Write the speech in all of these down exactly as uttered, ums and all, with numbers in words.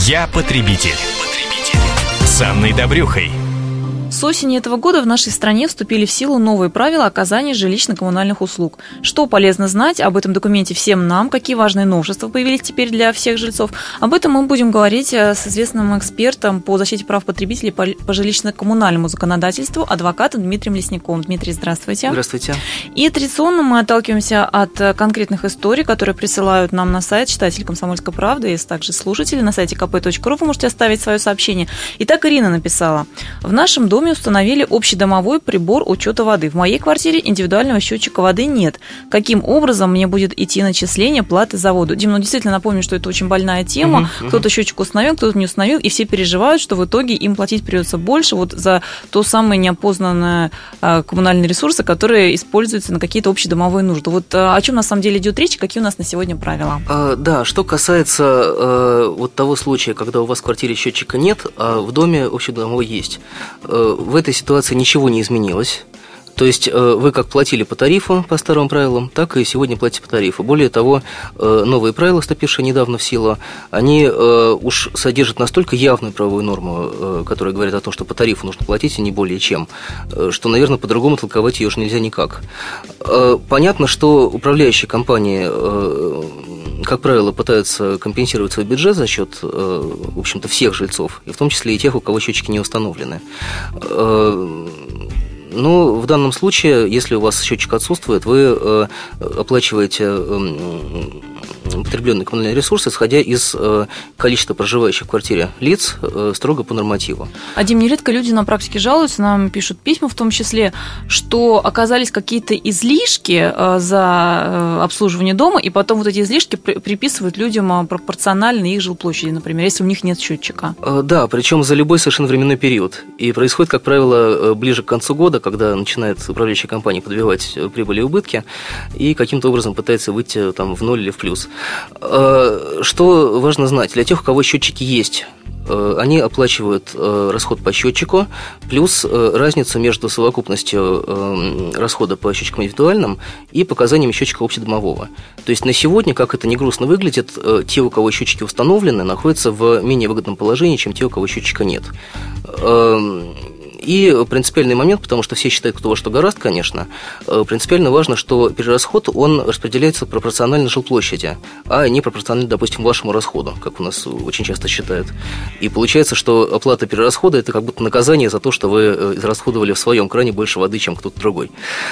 Я потребитель. Потребитель. С Анной Добрюхой. С осени этого года в нашей стране вступили в силу новые правила оказания жилищно-коммунальных услуг. Что полезно знать об этом документе всем нам, какие важные новшества появились теперь для всех жильцов. Об этом мы будем говорить с известным экспертом по защите прав потребителей по жилищно-коммунальному законодательству, адвокатом Дмитрием Лесняковым. Дмитрий, здравствуйте. Здравствуйте. И традиционно мы отталкиваемся от конкретных историй, которые присылают нам на сайт читатели «Комсомольской правды» и также слушатели на сайте ка пэ точка ру. Вы можете оставить свое сообщение. Итак, Ирина написала. В нашем доме установили общедомовой прибор учета воды. В моей квартире индивидуального счетчика воды нет. Каким образом мне будет идти начисление платы за воду? Дим, ну действительно напомню, что это очень больная тема. Uh-huh, uh-huh. Кто-то счетчик установил, кто-то не установил, и все переживают, что в итоге им платить придется больше вот за то самое неопознанное а, коммунальные ресурсы, которые используются на какие-то общедомовые нужды. Вот а, о чем на самом деле идет речь, какие у нас на сегодня правила? А, да, что касается а, вот того случая, когда у вас в квартире счетчика нет, а в доме общедомовой есть. В этой ситуации ничего не изменилось. То есть вы как платили по тарифу, по старым правилам, так и сегодня платите по тарифу. Более того, новые правила, вступившие недавно в силу, они уж содержат настолько явную правовую норму, которая говорит о том, что по тарифу нужно платить, и не более чем, что, наверное, по-другому толковать ее уже нельзя никак. Понятно, что управляющие компании, как правило, пытаются компенсировать свой бюджет за счет, в общем-то, всех жильцов, и в том числе и тех, у кого счетчики не установлены. Ну, в данном случае, если у вас счетчик отсутствует, вы э, оплачиваете э, потребленные коммунальные ресурсы, исходя из э, количества проживающих в квартире лиц э, строго по нормативу. А, Дим, нередко люди на практике жалуются, нам пишут письма в том числе, что оказались какие-то излишки э, за э, обслуживание дома, и потом вот эти излишки при- приписывают людям пропорционально их жилплощади, например, если у них нет счетчика. Э, да, причем за любой совершенно временной период. И происходит, как правило, ближе к концу года, когда начинает управляющая компания подбивать прибыли и убытки и каким-то образом пытается выйти там, в ноль или в плюс. Что важно знать? Для тех, у кого счетчики есть, они оплачивают расход по счетчику плюс разницу между совокупностью расхода по счетчикам индивидуальным и показаниями счетчика общедомового. То есть на сегодня, как это не грустно выглядит, те, у кого счетчики установлены, находятся в менее выгодном положении, чем те, у кого счетчика нет. И принципиальный момент, потому что все считают, кто во что гораст, конечно, принципиально важно, что перерасход, он распределяется пропорционально жилплощади, а не пропорционально, допустим, вашему расходу, как у нас очень часто считают. И получается, что оплата перерасхода – это как будто наказание за то, что вы израсходовали в своем кране больше воды, чем кто-то другой.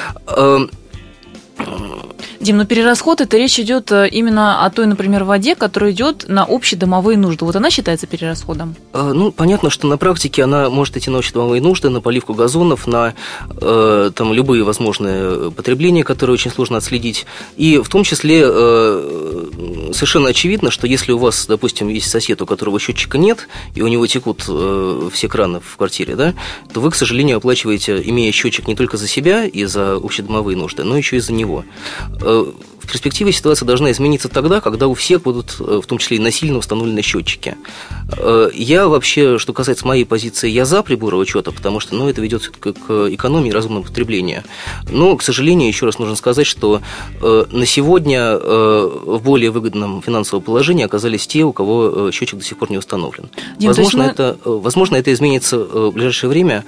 Дим, но перерасход, это речь идет именно о той, например, воде, которая идет на общедомовые нужды. Вот она считается перерасходом? Ну, понятно, что на практике она может идти на общедомовые нужды, на поливку газонов, на э, там, любые возможные потребления, которые очень сложно отследить. И в том числе э, совершенно очевидно, что если у вас, допустим, есть сосед, у которого счетчика нет, и у него текут э, все краны в квартире, да, то вы, к сожалению, оплачиваете, имея счетчик, не только за себя и за общедомовые нужды, но еще и за него. В перспективе ситуация должна измениться тогда, когда у всех будут, в том числе и насильно установлены счетчики. Я вообще, что касается моей позиции, я за приборы учета, потому что ну, это ведет все-таки к экономии и разумному потреблению. Но, к сожалению, еще раз нужно сказать, что на сегодня в более выгодном финансовом положении оказались те, у кого счетчик до сих пор не установлен. Дим, возможно, мы... это, возможно, это изменится в ближайшее время,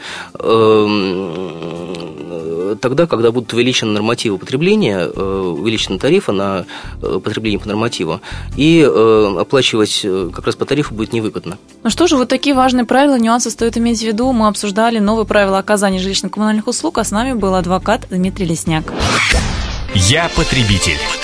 тогда, когда будут увеличены нормативы потребления, увеличены тарифы на потребление по нормативу, и оплачивать как раз по тарифу будет невыгодно. Ну что же, вот такие важные правила, нюансы стоит иметь в виду. Мы обсуждали новые правила оказания жилищно-коммунальных услуг, а с нами был адвокат Дмитрий Лесняк. Я потребитель.